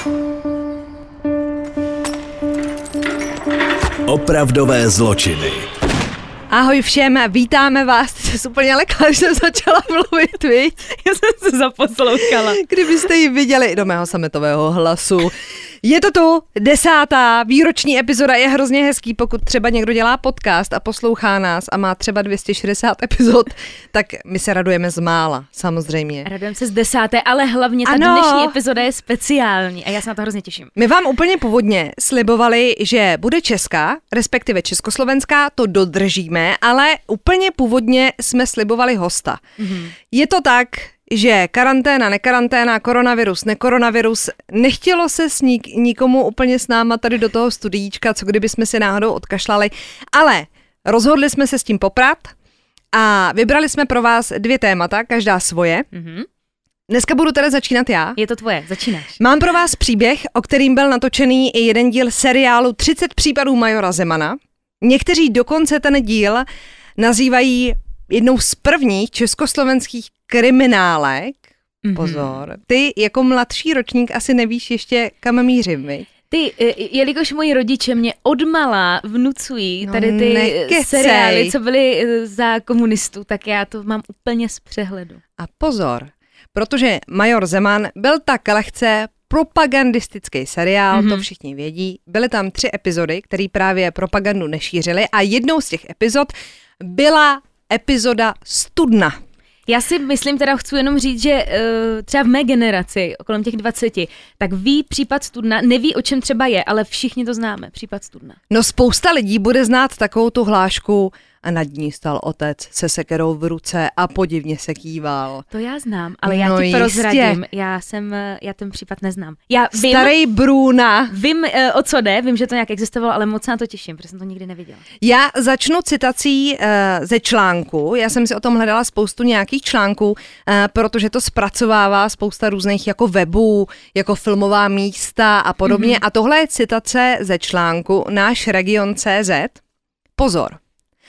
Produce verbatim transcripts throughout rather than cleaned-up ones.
Opravdové zločiny. Ahoj všem, vítáme vás. Ty jsi úplně lekla, že jsem začala mluvit, viď? Já jsem se zaposlouchala. Kdybyste ji viděli do mého sametového hlasu. Je to tu, desátá výroční epizoda, je hrozně hezký, pokud třeba někdo dělá podcast a poslouchá nás a má třeba dvě stě šedesát epizod, tak my se radujeme z mála, samozřejmě. Radujeme se z desáté, ale hlavně ta ano. dnešní epizoda je speciální a já se na to hrozně těším. My vám úplně původně slibovali, že bude česká, respektive československá, to dodržíme, ale úplně původně jsme slibovali hosta. Mm-hmm. Je to tak, že karanténa, nekaranténa, koronavirus, nekoronavirus, nechtělo se s nik, nikomu úplně s náma tady do toho studiíčka, co kdyby jsme si náhodou odkašlali, ale rozhodli jsme se s tím poprat a vybrali jsme pro vás dvě témata, každá svoje. Mm-hmm. Dneska budu teda začínat já. Je to tvoje, začínáš. Mám pro vás příběh, o kterým byl natočený i jeden díl seriálu třicet případů majora Zemana. Někteří dokonce ten díl nazývají jednou z prvních československých kriminálek. Mm-hmm. Pozor, ty jako mladší ročník asi nevíš ještě, kam mířím, viď? Ty, jelikož moji rodiče mě odmala vnucují no, tady ty nekecej. seriály, co byly za komunistů, tak já to mám úplně z přehledu. A pozor, protože Major Zeman byl tak lehce propagandistický seriál, mm-hmm. to všichni vědí. Byly tam tři epizody, které právě propagandu nešířily a jednou z těch epizod byla epizoda Studna. Já si myslím, teda chci jenom říct, že uh, třeba v mé generaci, kolem těch dvaceti, tak ví případ Studna, neví, o čem třeba je, ale všichni to známe, případ Studna. No spousta lidí bude znát takovou tu hlášku a nad ní stal otec se sekerou v ruce a podivně se kýval. To já znám, ale já no ti prozradím, já jsem, já ten případ neznám. Já vím, Starý Bruna. Vím, uh, o co jde, vím, že to nějak existovalo, ale moc se na to těším, protože jsem to nikdy neviděla. Já začnu citací uh, ze článku, já jsem si o tom hledala spoustu nějakých článků, uh, protože to zpracovává spousta různých jako webů, jako filmová místa a podobně. Mm-hmm. A tohle je citace ze článku Náš region tečka cé zet. Pozor.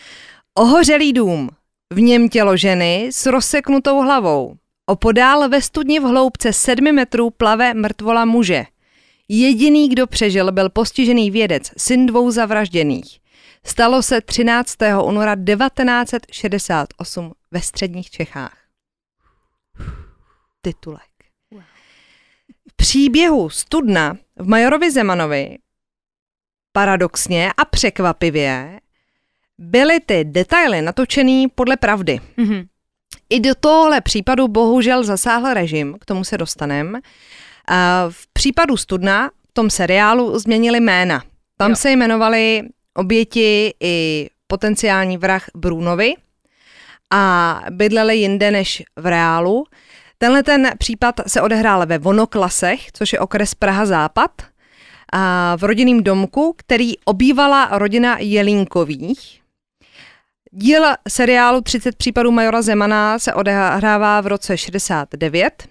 Ohořelý dům, v něm tělo ženy s rozseknutou hlavou. Opodál ve studni v hloubce sedmi metrů plave mrtvola muže. Jediný, kdo přežil, byl postižený vědec, syn dvou zavražděných. Stalo se třináctého února devatenáct set šedesát osm ve středních Čechách. Titulek. V příběhu Studna v Majorovi Zemanovi paradoxně a překvapivě byly ty detaily natočený podle pravdy. Mm-hmm. I do tohle případu bohužel zasáhl režim, k tomu se dostaneme. V případu Studna v tom seriálu změnili jména. Tam jo. se jmenovali oběti i potenciální vrah Brunovi a bydleli jinde než v reálu. Tenhle ten případ se odehrál ve Vonoklasech, což je okres Praha-Západ, a v rodinném domku, který obývala rodina Jelínkových. Díl seriálu třicet případů majora Zemana se odehrává v roce šedesát devět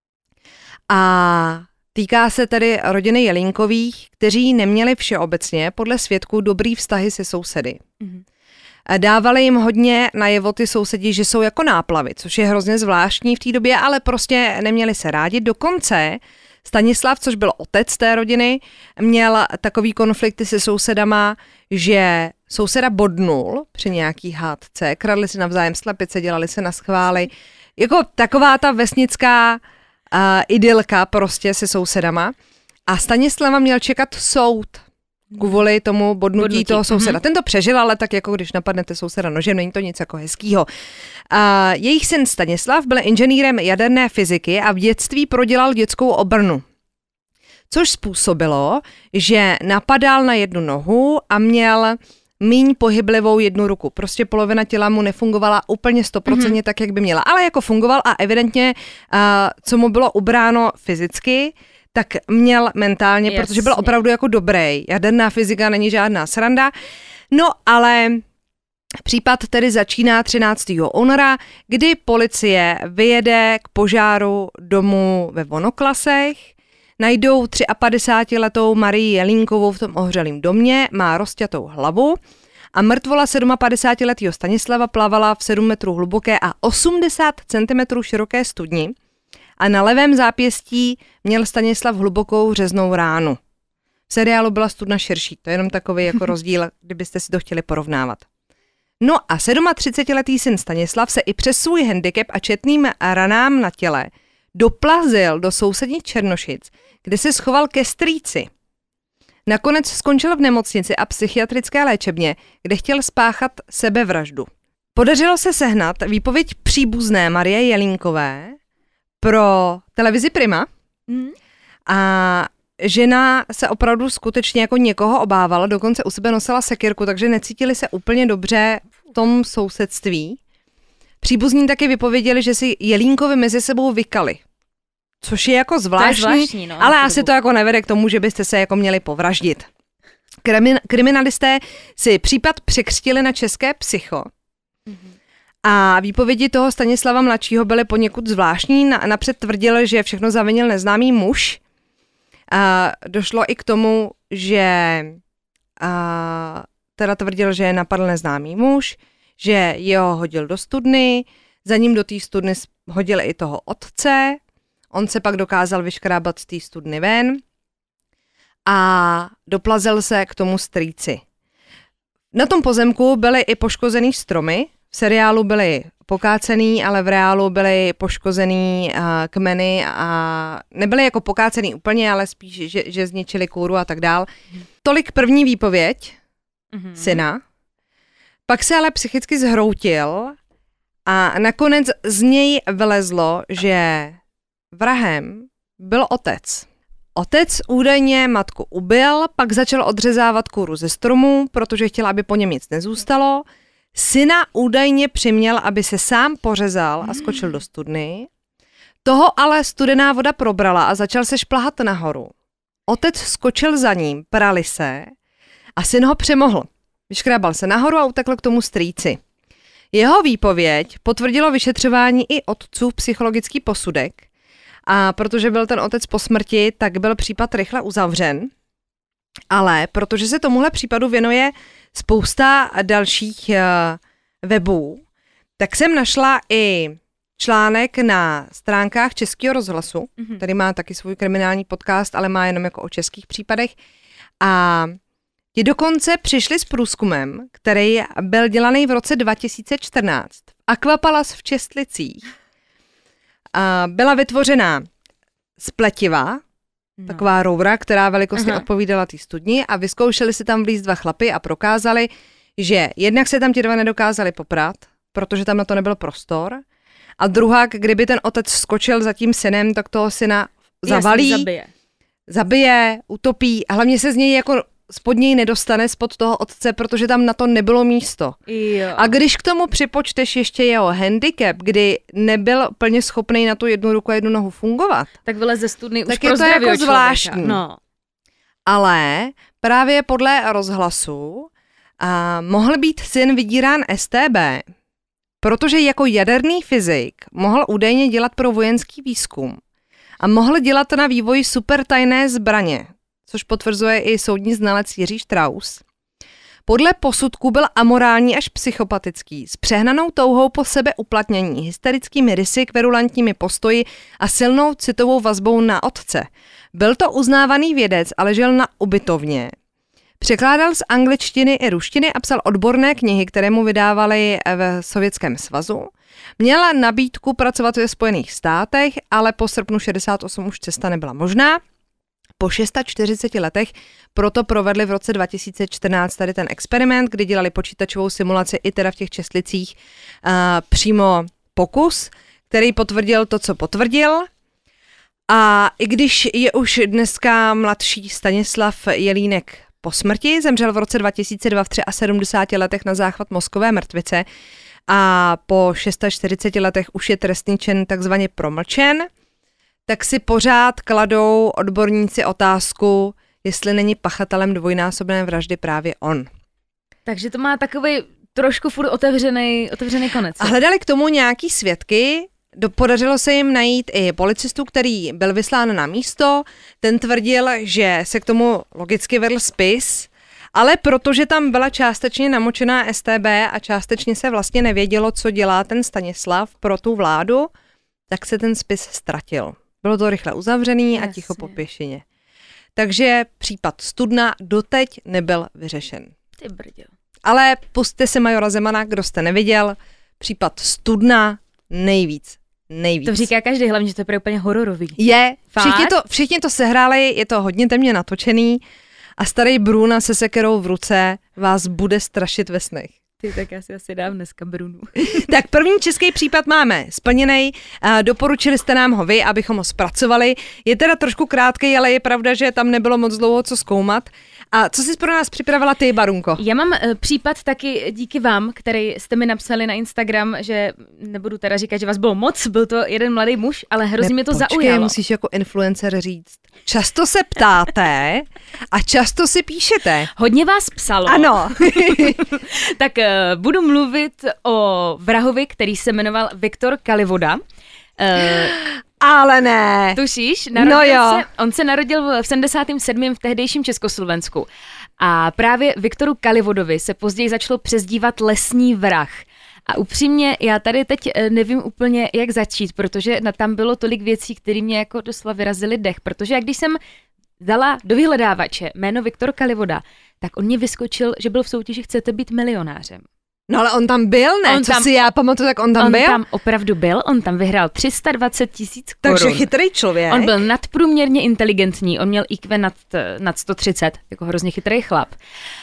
a týká se tedy rodiny Jelínkových, kteří neměli všeobecně podle svědků dobrý vztahy se sousedy. Mm-hmm. Dávali jim hodně najevo ty sousedi, že jsou jako náplavy, což je hrozně zvláštní v té době, ale prostě neměli se rádi. Dokonce Stanislav, což byl otec té rodiny, měl takový konflikty se sousedama, že souseda bodnul při nějaký hádce, kradli si navzájem slepice, dělali se na schvály. Jako taková ta vesnická uh, idylka prostě se sousedama. A Stanislava měl čekat soud kvůli tomu bodnutí, bodnutí. toho souseda. Mm-hmm. Ten to přežil, ale tak jako když napadnete souseda nožem, není to nic jako hezkýho. A jejich syn Stanislav byl inženýrem jaderné fyziky a v dětství prodělal dětskou obrnu. Což způsobilo, že napadal na jednu nohu a měl míň pohyblivou jednu ruku. Prostě polovina těla mu nefungovala úplně stoprocentně mm-hmm. tak, jak by měla. Ale jako fungoval a evidentně, uh, co mu bylo ubráno fyzicky, tak měl mentálně, Jasně. protože byl opravdu jako dobrý. Jaderná fyzika není žádná sranda. No ale případ tedy začíná třináctého února, kdy policie vyjede k požáru domu ve Vonoklasech. Najdou padesátletou Marii Jelínkovou v tom ohřelém domě, má rozťatou hlavu a mrtvola padesátsedmiletého Stanislava plavala v sedm metrů hluboké a osmdesát centimetrů široké studni a na levém zápěstí měl Stanislav hlubokou řeznou ránu. V seriálu byla studna širší, to je jenom takový jako rozdíl, kdybyste si to chtěli porovnávat. No a třicetisedmiletý syn Stanislav se i přes svůj handicap a četným ranám na těle doplazil do sousedních Černošic, kde se schoval ke strýci. Nakonec skončil v nemocnici a psychiatrické léčebně, kde chtěl spáchat sebevraždu. Podařilo se sehnat výpověď příbuzné Marie Jelínkové pro televizi Prima mm. a žena se opravdu skutečně jako někoho obávala, dokonce u sebe nosila sekyrku, takže necítili se úplně dobře v tom sousedství. Příbuzní taky vypověděli, že si Jelínkovi mezi sebou vykali. Což je jako zvláštní, je zvláštní no, ale asi to jako nevede k tomu, že byste se jako měli povraždit. Krimin- kriminalisté si případ překřtili na české psycho. Mm-hmm. A výpovědi toho Stanislava mladšího byly poněkud zvláštní. Na- napřed tvrdil, že všechno zavinil neznámý muž. A došlo i k tomu, že a, teda tvrdil, že napadl neznámý muž, že jeho hodil do studny, za ním do té studny hodil i toho otce. On se pak dokázal vyškrábat z té studny ven a doplazil se k tomu strýci. Na tom pozemku byly i poškozený stromy, v seriálu byly pokácený, ale v reálu byly poškozený uh, kmeny a nebyly jako pokácený úplně, ale spíš, že, že zničili kůru a tak dál. Tolik první výpověď mm-hmm. syna. Pak se ale psychicky zhroutil a nakonec z něj vylezlo, že vrahem byl otec. Otec údajně matku ubil, pak začal odřezávat kůru ze stromu, protože chtěl, aby po něm nic nezůstalo. Syna údajně přiměl, aby se sám pořezal a skočil do studny. Toho ale studená voda probrala a začal se šplhat nahoru. Otec skočil za ním, prali se a syn ho přemohl. Vyškrábal se nahoru a utekl k tomu strýci. Jeho výpověď potvrdilo vyšetřování i otcův psychologický posudek. A protože byl ten otec po smrti, tak byl případ rychle uzavřen. Ale protože se tomuhle případu věnuje spousta dalších uh, webů, tak jsem našla i článek na stránkách Českého rozhlasu, mm-hmm. který má taky svůj kriminální podcast, ale má jenom jako o českých případech. A ti dokonce přišli s průzkumem, který byl dělaný v roce dva tisíce čtrnáct v Aquapalace v Čestlicích. A byla vytvořená z pletiva, no. taková roura, která velikostně Aha. odpovídala té studni a vyzkoušeli si tam vlízt dva chlapy a prokázali, že jednak se tam ti dva nedokázali poprat, protože tam na to nebyl prostor a druhá, kdyby ten otec skočil za tím synem, tak toho syna zavalí, Jasný, zabije. zabije, utopí a hlavně se z něj jako spod něj nedostane spod toho otce, protože tam na to nebylo místo. Jo. A když k tomu připočteš ještě jeho handicap, kdy nebyl plně schopný na tu jednu ruku a jednu nohu fungovat, tak vyleze ze studny tak už pro je to jako člověka. zvláštní. No. Ale právě podle rozhlasu a, mohl být syn vydírán S T B, protože jako jaderný fyzik mohl údajně dělat pro vojenský výzkum a mohl dělat na vývoji supertajné zbraně, což potvrzuje i soudní znalec Jiří Strauss. Podle posudku byl amorální až psychopatický, s přehnanou touhou po sebeuplatnění, hysterickými rysy, kverulantními postoji a silnou citovou vazbou na otce. Byl to uznávaný vědec, ale žil na ubytovně. Překládal z angličtiny i ruštiny a psal odborné knihy, které mu vydávali v Sovětském svazu. Měla nabídku pracovat ve Spojených státech, ale po srpnu šedesát osm už cesta nebyla možná. Po čtyřiceti šesti letech proto provedli v roce dva tisíce čtrnáct tady ten experiment, kdy dělali počítačovou simulaci i teda v těch Čestlicích uh, přímo pokus, který potvrdil to, co potvrdil. A i když je už dneska mladší Stanislav Jelínek po smrti, zemřel v roce dva tisíce dva v sedmdesáti třech letech na záchvat mozkové mrtvice a po čtyřiceti šesti letech už je trestný čin takzvaně promlčen, tak si pořád kladou odborníci otázku, jestli není pachatelem dvojnásobné vraždy právě on. Takže to má takový trošku furt otevřený, otevřený konec. A hledali k tomu nějaký svědky, do, podařilo se jim najít i policistu, který byl vyslán na místo, ten tvrdil, že se k tomu logicky vedl spis, ale protože tam byla částečně namočená S T B a částečně se vlastně nevědělo, co dělá ten Stanislav pro tu vládu, tak se ten spis ztratil. Bylo to rychle uzavřený Jasně. a ticho po pěšině. Takže případ Studna doteď nebyl vyřešen. Ty brďo. Ale pusťte se Majora Zemana, kdo jste neviděl, případ Studna nejvíc, nejvíc. To říká každý, hlavně, že to je pro úplně hororový. Je, Fakt? všichni to, všichni to sehráli, je to hodně temně natočený a starý Bruna se sekerou v ruce vás bude strašit ve snech. Ty, tak já si asi dám dneska Brunu. Tak první český případ máme splněnej, doporučili jste nám ho vy, abychom ho zpracovali. Je teda trošku krátký, ale je pravda, že tam nebylo moc dlouho co zkoumat. A co jsi pro nás připravila ty, Barunko? Já mám uh, případ taky díky vám, který jste mi napsali na Instagram, že nebudu teda říkat, že vás bylo moc, byl to jeden mladý muž, ale hrozně mě to počkej, zaujalo. Musíš jako influencer říct. Často se ptáte a často si píšete. Hodně vás psalo. Ano. Tak uh, budu mluvit o vrahovi, který se jmenoval Viktor Kalivoda. Uh, Ale ne. Tušíš? Narodil No jo. Se, on se narodil v sedmdesátém sedmém v tehdejším Československu. A právě Viktoru Kalivodovi se později začalo přezdívat lesní vrah. A upřímně, já tady teď nevím úplně, jak začít, protože na tam bylo tolik věcí, které mě jako doslova vyrazily dech. Protože jak když jsem dala do vyhledávače jméno Viktor Kalivoda, tak on mě vyskočil, že byl v soutěži Chcete být milionářem. No ale on tam byl, ne? On Co tam- si já pamatuju, tak on tam On byl? tam opravdu byl, on tam vyhrál tři sta dvacet tisíc korun. Takže chytrý člověk. On byl nadprůměrně inteligentní, on měl í kvé nad, nad sto třicet, jako hrozně chytrý chlap.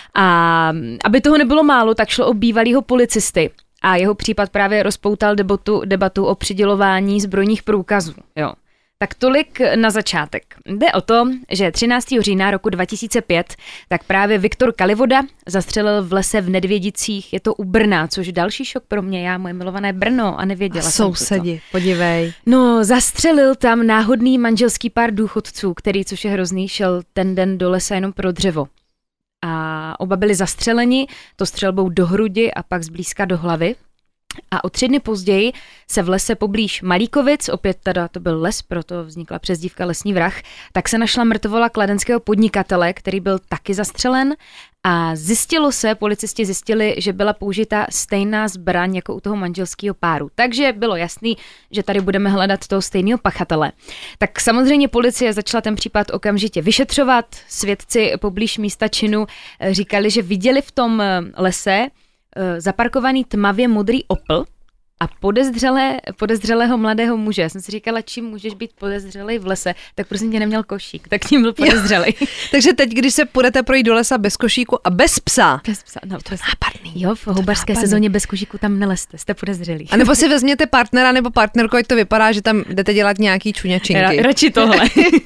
A aby toho nebylo málo, tak šlo o bývalýho policisty. A jeho případ právě rozpoutal debatu, debatu o přidělování zbrojních průkazů. Jo. Tak tolik na začátek. Jde o to, že třináctého října roku dva tisíce pět tak právě Viktor Kalivoda zastřelil v lese v Nedvědicích, je to u Brna, což další šok pro mě, já moje milované Brno a nevěděla A jsem to. sousedi, podívej. No, zastřelil tam náhodný manželský pár důchodců, který, což je hrozný, šel ten den do lesa jenom pro dřevo. A oba byli zastřeleni, to střelbou do hrudi a pak zblízka do hlavy. A o tři dny později se v lese poblíž Malíkovic, opět teda to byl les, proto vznikla přezdívka Lesní vrah, tak se našla mrtvola kladenského podnikatele, který byl taky zastřelen a zjistilo se, policisti zjistili, že byla použita stejná zbraň jako u toho manželského páru. Takže bylo jasný, že tady budeme hledat toho stejného pachatele. Tak samozřejmě policie začala ten případ okamžitě vyšetřovat. Svědci poblíž místa činu říkali, že viděli v tom lese zaparkovaný tmavě modrý Opel a podezřelé, podezřelého mladého muže. Já jsem si říkala, čím můžeš být podezřelej v lese, tak prosím tě neměl košík, tak tím byl podezřelej. Takže teď, když se půjdete projít do lesa bez košíku a bez psa, Bez psa, no, to je nápadný. jo, v houbařské nápadný. sezóně bez košíku tam nelezte, jste podezřelí. A nebo si vezměte partnera nebo partnerku, ať to vypadá, že tam jdete dělat nějaký čuňačinky. Ra, radši tohle.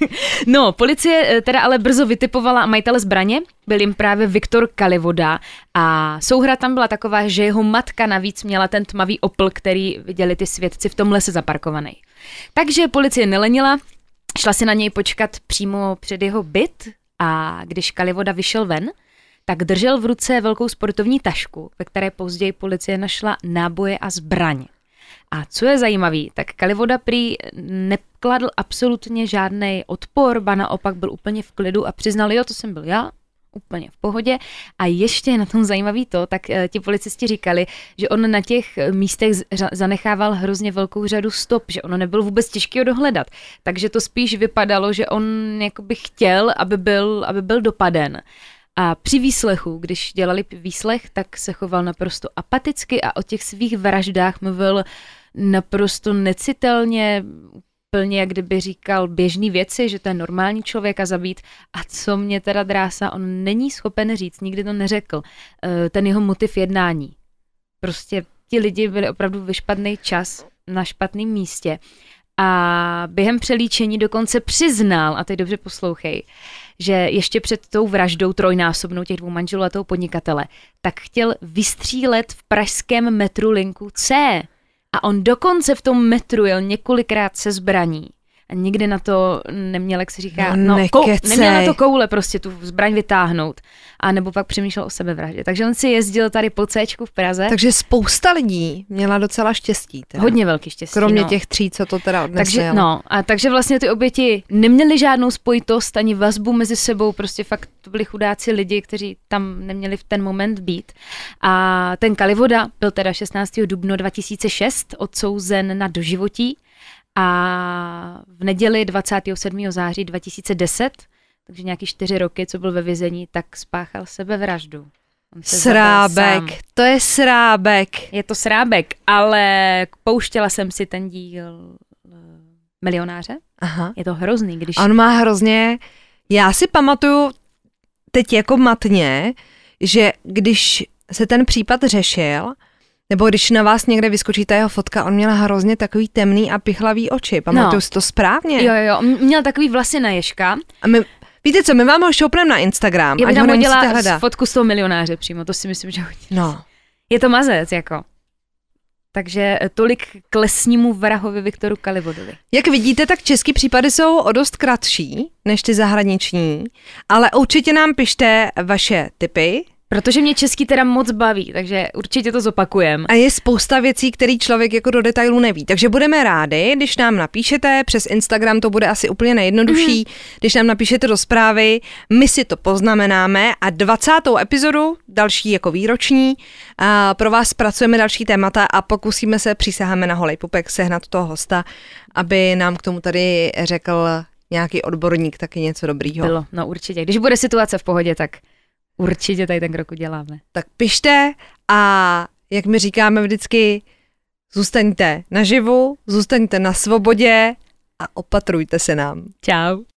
No, policie teda ale brzo vytipovala majitele zbraně, byl jim právě Viktor Kalivoda a souhra tam byla taková, že jeho matka navíc měla ten tmavý Opel, který viděli ty svědci v tom lese zaparkovaný. Takže policie nelenila, šla si na něj počkat přímo před jeho byt a když Kalivoda vyšel ven, tak držel v ruce velkou sportovní tašku, ve které později policie našla náboje a zbraň. A co je zajímavý, tak Kalivoda prý nekladl absolutně žádný odpor, ba naopak byl úplně v klidu a přiznal, jo, to jsem byl já, úplně v pohodě. A ještě je na tom zajímavý to, tak uh, ti policisti říkali, že on na těch místech zřa- zanechával hrozně velkou řadu stop, že ono nebylo vůbec těžké ho dohledat. Takže to spíš vypadalo, že on jakoby chtěl, aby byl, aby byl dopaden. A při výslechu, když dělali výslech, tak se choval naprosto apaticky a o těch svých vraždách mluvil naprosto necitelně, plně jak kdyby říkal běžný věci, že to je normální člověka zabít. A co mě teda drásá, on není schopen říct, nikdy to neřekl, ten jeho motiv jednání. Prostě ti lidi byli opravdu ve špatný čas, na špatném místě. A během přelíčení dokonce přiznal, a teď dobře poslouchej, že ještě před tou vraždou trojnásobnou těch dvou manželů a toho podnikatele, tak chtěl vystřílet v pražském metru linku C. A on dokonce v tom metru jel několikrát se zbraní. A nikdy na to neměl, jak se říká, No, no, kou, nekecej. neměl na to koule prostě tu zbraň vytáhnout. A nebo pak přemýšlel o sebevraždě. Takže on si jezdil tady po Céčku v Praze. Takže spousta lidí měla docela štěstí. Teda. Hodně velký štěstí. Kromě no. těch tří, co to teda odnesli. Takže, no, a takže vlastně ty oběti neměly žádnou spojitost ani vazbu mezi sebou, prostě fakt to byli chudáci lidi, kteří tam neměli v ten moment být. A ten Kalivoda byl teda šestnáctého dubna dva tisíce šest odsouzen na doživotí a v neděli dvacátého sedmého září dva tisíce deset, takže nějaký čtyři roky, co byl ve vězení, tak spáchal sebevraždu. Srábek, to je srábek. Je to srábek, ale pouštěla jsem si ten díl Milionáře. Aha. Je to hrozný, když... On má hrozně... Já si pamatuju teď jako matně, že když se ten případ řešil, nebo když na vás někde vyskočí ta jeho fotka, on měl hrozně takový temný a pichlavý oči. Pamatuju no. si to správně? Jo, jo, měl takový vlasy na ježka. A my, víte co, my vám ho šoupneme na Instagram. Já bych tam hodila fotku z toho Milionáře přímo, to si myslím, že hodí. No. Je to mazec, jako. Takže tolik k lesnímu vrahovi Viktoru Kalivodovi. Jak vidíte, tak český případy jsou o dost kratší než ty zahraniční, ale určitě nám pište vaše tipy. Protože mě český teda moc baví, takže určitě to zopakujem. A je spousta věcí, které člověk jako do detailů neví. Takže budeme rádi, když nám napíšete, přes Instagram to bude asi úplně nejjednodušší, mm. když nám napíšete do zprávy, my si to poznamenáme a dvacátou epizodu, další jako výroční, a pro vás zpracujeme další témata a pokusíme se, přísaháme na holej pupek, sehnat toho hosta, aby nám k tomu tady řekl nějaký odborník taky něco dobrýho. Bylo, no určitě. Když bude situace v pohodě, tak určitě tady ten krok uděláme. Tak pište a jak my říkáme vždycky, zůstaňte naživu, zůstaňte na svobodě a opatrujte se nám. Čau.